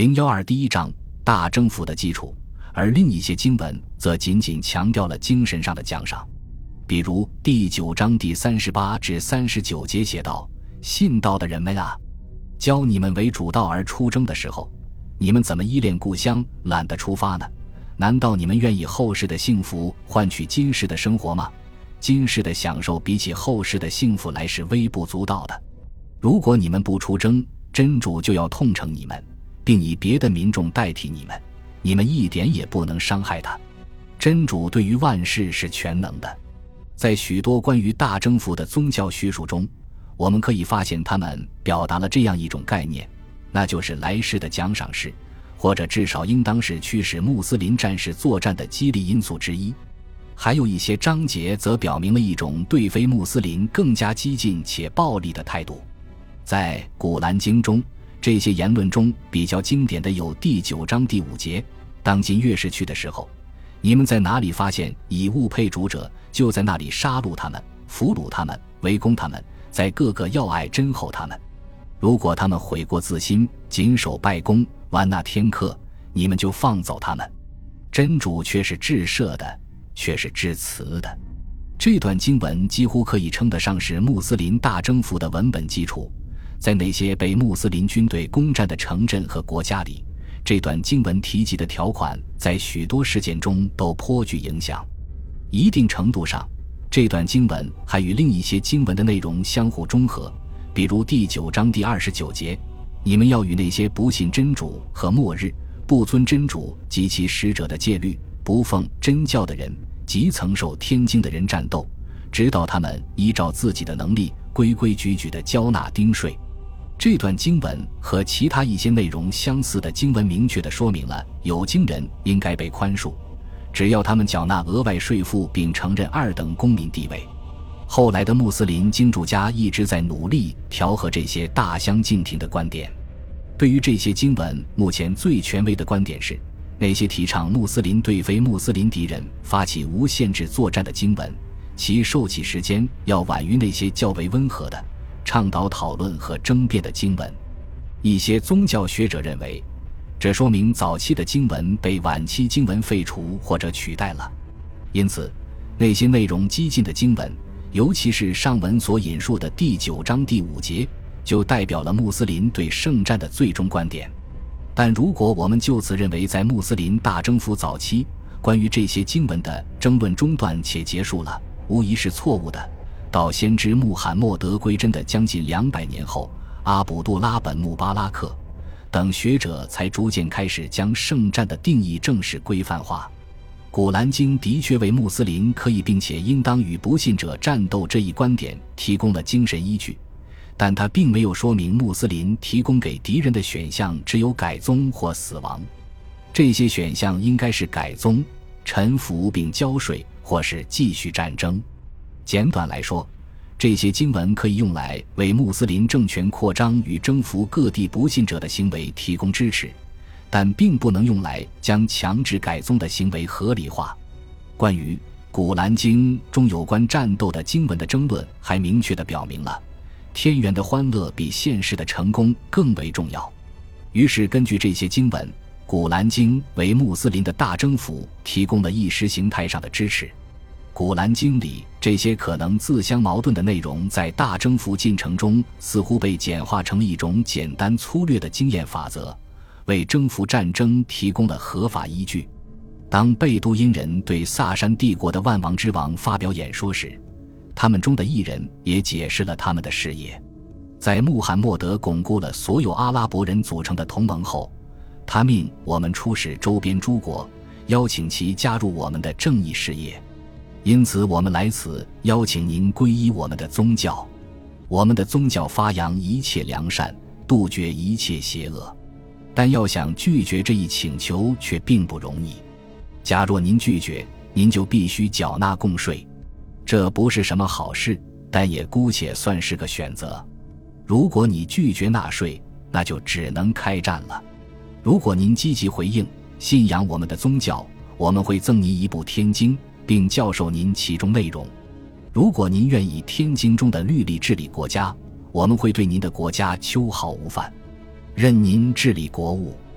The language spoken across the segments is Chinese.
012第1章大征服的基础，而另一些经文则仅仅强调了精神上的奖赏。比如第9章第38至39节写道：信道的人们啊，教你们为主道而出征的时候，你们怎么依恋故乡，懒得出发呢？难道你们愿意后世的幸福换取今世的生活吗？今世的享受比起后世的幸福来是微不足道的。如果你们不出征，真主就要痛惩你们，并以别的民众代替你们，你们一点也不能伤害他。真主对于万事是全能的。在许多关于大征服的宗教叙述中，我们可以发现他们表达了这样一种概念，那就是来世的奖赏是，或者至少应当是驱使穆斯林战士作战的激励因素之一。还有一些章节则表明了一种对非穆斯林更加激进且暴力的态度。在古兰经中，这些言论中比较经典的有第9章第5节：当今月氏去的时候，你们在哪里发现以物配主者，就在那里杀戮他们，俘虏他们，围攻他们，在各个要隘珍厚他们。如果他们悔过自新，谨守拜功，玩纳天课，你们就放走他们。真主却是至赦的，却是至慈的。这段经文几乎可以称得上是穆斯林大征服的文本基础。在那些被穆斯林军队攻占的城镇和国家里，这段经文提及的条款在许多事件中都颇具影响。一定程度上，这段经文还与另一些经文的内容相互中和。比如第9章第29节：你们要与那些不信真主和末日，不遵真主及其使者的戒律，不奉真教的人及曾受天经的人战斗，直到他们依照自己的能力规规矩矩地交纳丁税。这段经文和其他一些内容相似的经文明确地说明了有经人应该被宽恕，只要他们缴纳额外税负并承认二等公民地位。后来的穆斯林经注家一直在努力调和这些大相径庭的观点。对于这些经文，目前最权威的观点是，那些提倡穆斯林对非穆斯林敌人发起无限制作战的经文，其受起时间要晚于那些较为温和的倡导讨论和争辩的经文。一些宗教学者认为，这说明早期的经文被晚期经文废除或者取代了。因此，那些内容激进的经文，尤其是上文所引述的第9章第5节，就代表了穆斯林对圣战的最终观点。但如果我们就此认为在穆斯林大征服早期，关于这些经文的争论中断且结束了，无疑是错误的。到先知穆罕默德归真的将近200年后，阿卜杜拉本穆巴拉克等学者才逐渐开始将圣战的定义正式规范化。古兰经的确为穆斯林可以并且应当与不信者战斗这一观点提供了精神依据，但它并没有说明穆斯林提供给敌人的选项只有改宗或死亡。这些选项应该是改宗、臣服并交税，或是继续战争。简短来说，这些经文可以用来为穆斯林政权扩张与征服各地不信者的行为提供支持，但并不能用来将强制改宗的行为合理化。关于古兰经中有关战斗的经文的争论还明确地表明了，天园的欢乐比现实的成功更为重要。于是根据这些经文，古兰经为穆斯林的大征服提供了意识形态上的支持。古兰经里这些可能自相矛盾的内容，在大征服进程中似乎被简化成了一种简单粗略的经验法则，为征服战争提供了合法依据。当贝都因人对萨珊帝国的万王之王发表演说时，他们中的一人也解释了他们的事业。在穆罕默德巩固了所有阿拉伯人组成的同盟后，他命我们出使周边诸国，邀请其加入我们的正义事业。因此我们来此邀请您皈依我们的宗教。我们的宗教发扬一切良善，杜绝一切邪恶。但要想拒绝这一请求却并不容易。假若您拒绝，您就必须缴纳贡税。这不是什么好事，但也姑且算是个选择。如果你拒绝纳税，那就只能开战了。如果您积极回应，信仰我们的宗教，我们会赠您一部天经，并教授您其中内容。如果您愿以天经中的律例治理国家，我们会对您的国家秋毫无犯，任您治理国务。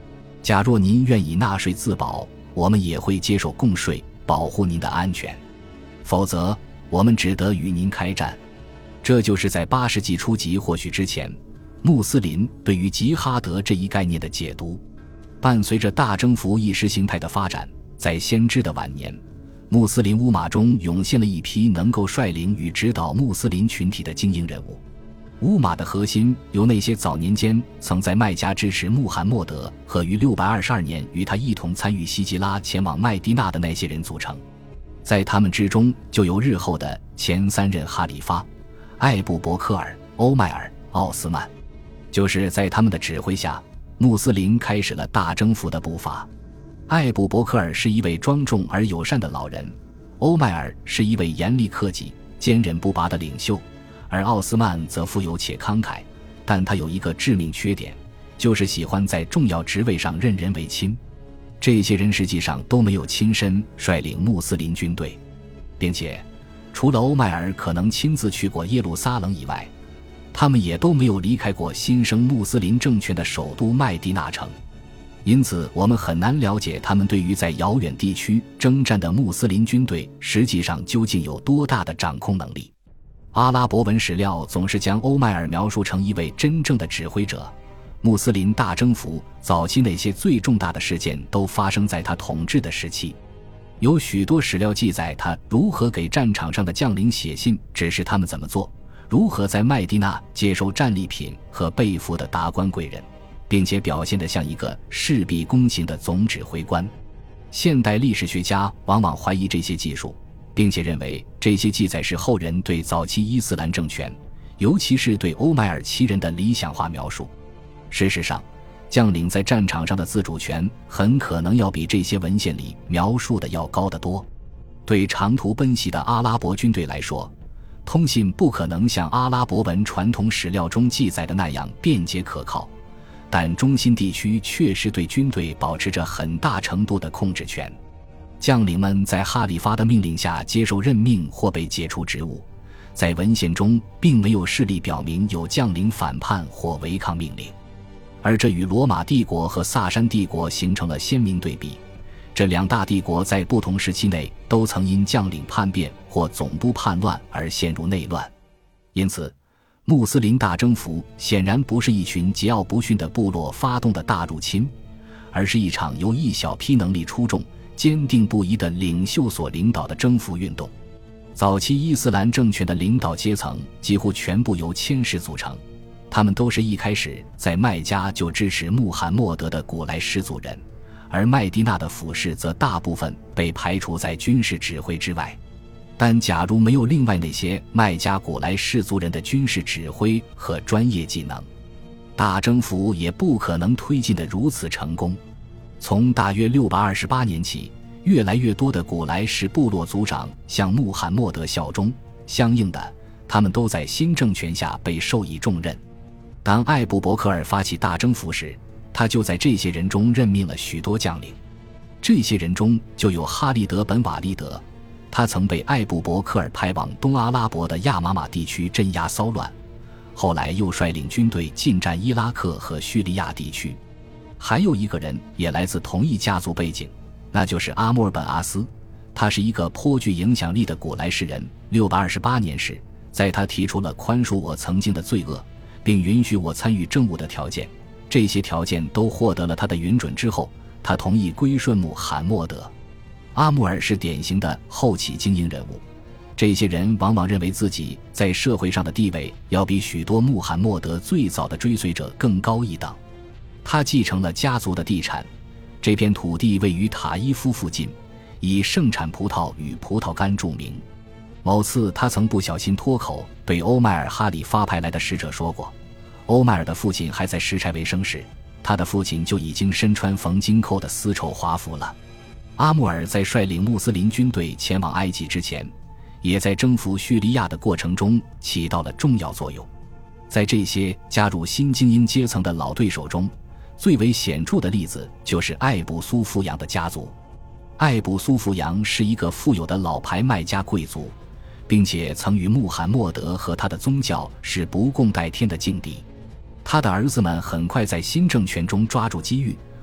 假若您愿以纳税自保，我们也会接受贡税，保护您的安全，否则我们只得与您开战。这就是在8世纪初级或许之前，穆斯林对于吉哈德这一概念的解读。伴随着大征服意识形态的发展，在先知的晚年，穆斯林乌马中涌现了一批能够率领与指导穆斯林群体的精英人物。乌马的核心由那些早年间曾在麦加支持穆罕默德和于622年与他一同参与希吉拉前往麦地那的那些人组成。在他们之中就有日后的前3任哈里发艾布伯克尔、欧迈尔、奥斯曼。就是在他们的指挥下，穆斯林开始了大征服的步伐。艾布伯克尔是一位庄重而友善的老人，欧迈尔是一位严厉克己、坚韧不拔的领袖，而奥斯曼则富有且慷慨，但他有一个致命缺点，就是喜欢在重要职位上任人唯亲。这些人实际上都没有亲身率领穆斯林军队，并且除了欧迈尔可能亲自去过耶路撒冷以外，他们也都没有离开过新生穆斯林政权的首都麦地那城。因此我们很难了解他们对于在遥远地区征战的穆斯林军队实际上究竟有多大的掌控能力。阿拉伯文史料总是将欧迈尔描述成一位真正的指挥者，穆斯林大征服早期那些最重大的事件都发生在他统治的时期。有许多史料记载他如何给战场上的将领写信指示他们怎么做，如何在麦地那接受战利品和被俘的达官贵人，并且表现得像一个事必躬行的总指挥官。现代历史学家往往怀疑这些技术，并且认为这些记载是后人对早期伊斯兰政权，尤其是对欧迈尔其人的理想化描述。事实上，将领在战场上的自主权很可能要比这些文献里描述的要高得多。对长途奔袭的阿拉伯军队来说，通信不可能像阿拉伯文传统史料中记载的那样便捷可靠，但中心地区确实对军队保持着很大程度的控制权。将领们在哈里发的命令下接受任命或被解除职务，在文献中并没有事例表明有将领反叛或违抗命令，而这与罗马帝国和萨珊帝国形成了鲜明对比。这两大帝国在不同时期内都曾因将领叛变或总督叛乱而陷入内乱。因此，穆斯林大征服显然不是一群桀骜不驯的部落发动的大入侵，而是一场由一小批能力出众、坚定不移的领袖所领导的征服运动。早期伊斯兰政权的领导阶层几乎全部由谦氏组成，他们都是一开始在麦加就支持穆罕默德的古莱氏族人，而麦地那的府士则大部分被排除在军事指挥之外。但假如没有另外那些麦加古莱氏族人的军事指挥和专业技能，大征服也不可能推进得如此成功。从大约628年起，越来越多的古莱氏部落族长向穆罕默德效忠，相应的，他们都在新政权下被授以重任。当艾布伯克尔发起大征服时，他就在这些人中任命了许多将领。这些人中就有哈利德本瓦利德，他曾被艾布伯克尔派往东阿拉伯的亚玛马地区镇压骚乱，后来又率领军队进占伊拉克和叙利亚地区。还有一个人也来自同一家族背景，那就是阿穆尔本阿斯，他是一个颇具影响力的古莱氏人。628年时，在他提出了宽恕我曾经的罪恶，并允许我参与政务的条件，这些条件都获得了他的允准之后，他同意归顺穆罕默德。阿穆尔是典型的后起精英人物，这些人往往认为自己在社会上的地位要比许多穆罕默德最早的追随者更高一等。他继承了家族的地产，这片土地位于塔伊夫附近，以盛产葡萄与葡萄干著名。某次他曾不小心脱口对欧迈尔哈里发派来的使者说过，欧迈尔的父亲还在石柴为生时，他的父亲就已经身穿缝金扣的丝绸华服了。阿穆尔在率领穆斯林军队前往埃及之前，也在征服叙利亚的过程中起到了重要作用。在这些加入新精英阶层的老对手中，最为显著的例子就是艾布苏夫扬的家族。艾布苏夫扬是一个富有的老牌麦加贵族，并且曾与穆罕默德和他的宗教是不共戴天的劲敌。他的儿子们很快在新政权中抓住机遇，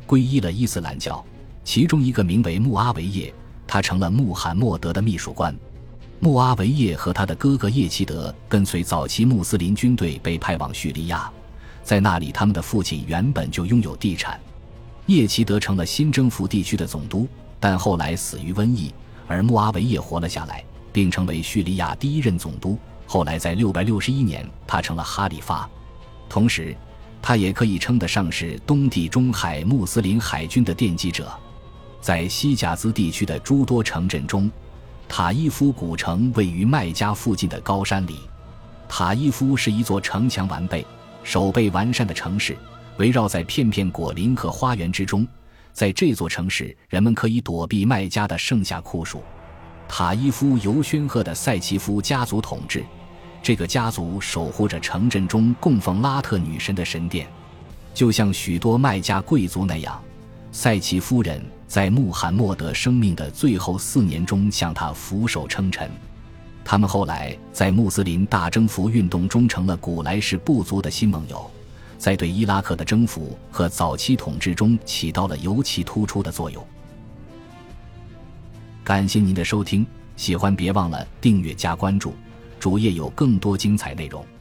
皈依了伊斯兰教，其中一个名为穆阿维叶，他成了穆罕默德的秘书官。穆阿维叶和他的哥哥叶齐德跟随早期穆斯林军队被派往叙利亚，在那里他们的父亲原本就拥有地产。叶齐德成了新征服地区的总督，但后来死于瘟疫，而穆阿维叶活了下来，并成为叙利亚第一任总督。后来在661年他成了哈里发，同时他也可以称得上是东地中海穆斯林海军的奠基者。在西甲兹地区的诸多城镇中，塔伊夫古城位于麦加附近的高山里。塔伊夫是一座城墙完备、守备完善的城市，围绕在片片果林和花园之中。在这座城市，人们可以躲避麦加的盛夏酷暑。塔伊夫由煊赫的塞奇夫家族统治，这个家族守护着城镇中供奉拉特女神的神殿。就像许多麦加贵族那样，塞奇夫人在穆罕默德生命的最后4年中向他俯首称臣。他们后来在穆斯林大征服运动中成了古莱氏部族的新盟友，在对伊拉克的征服和早期统治中起到了尤其突出的作用。感谢您的收听，喜欢别忘了订阅加关注，主页有更多精彩内容。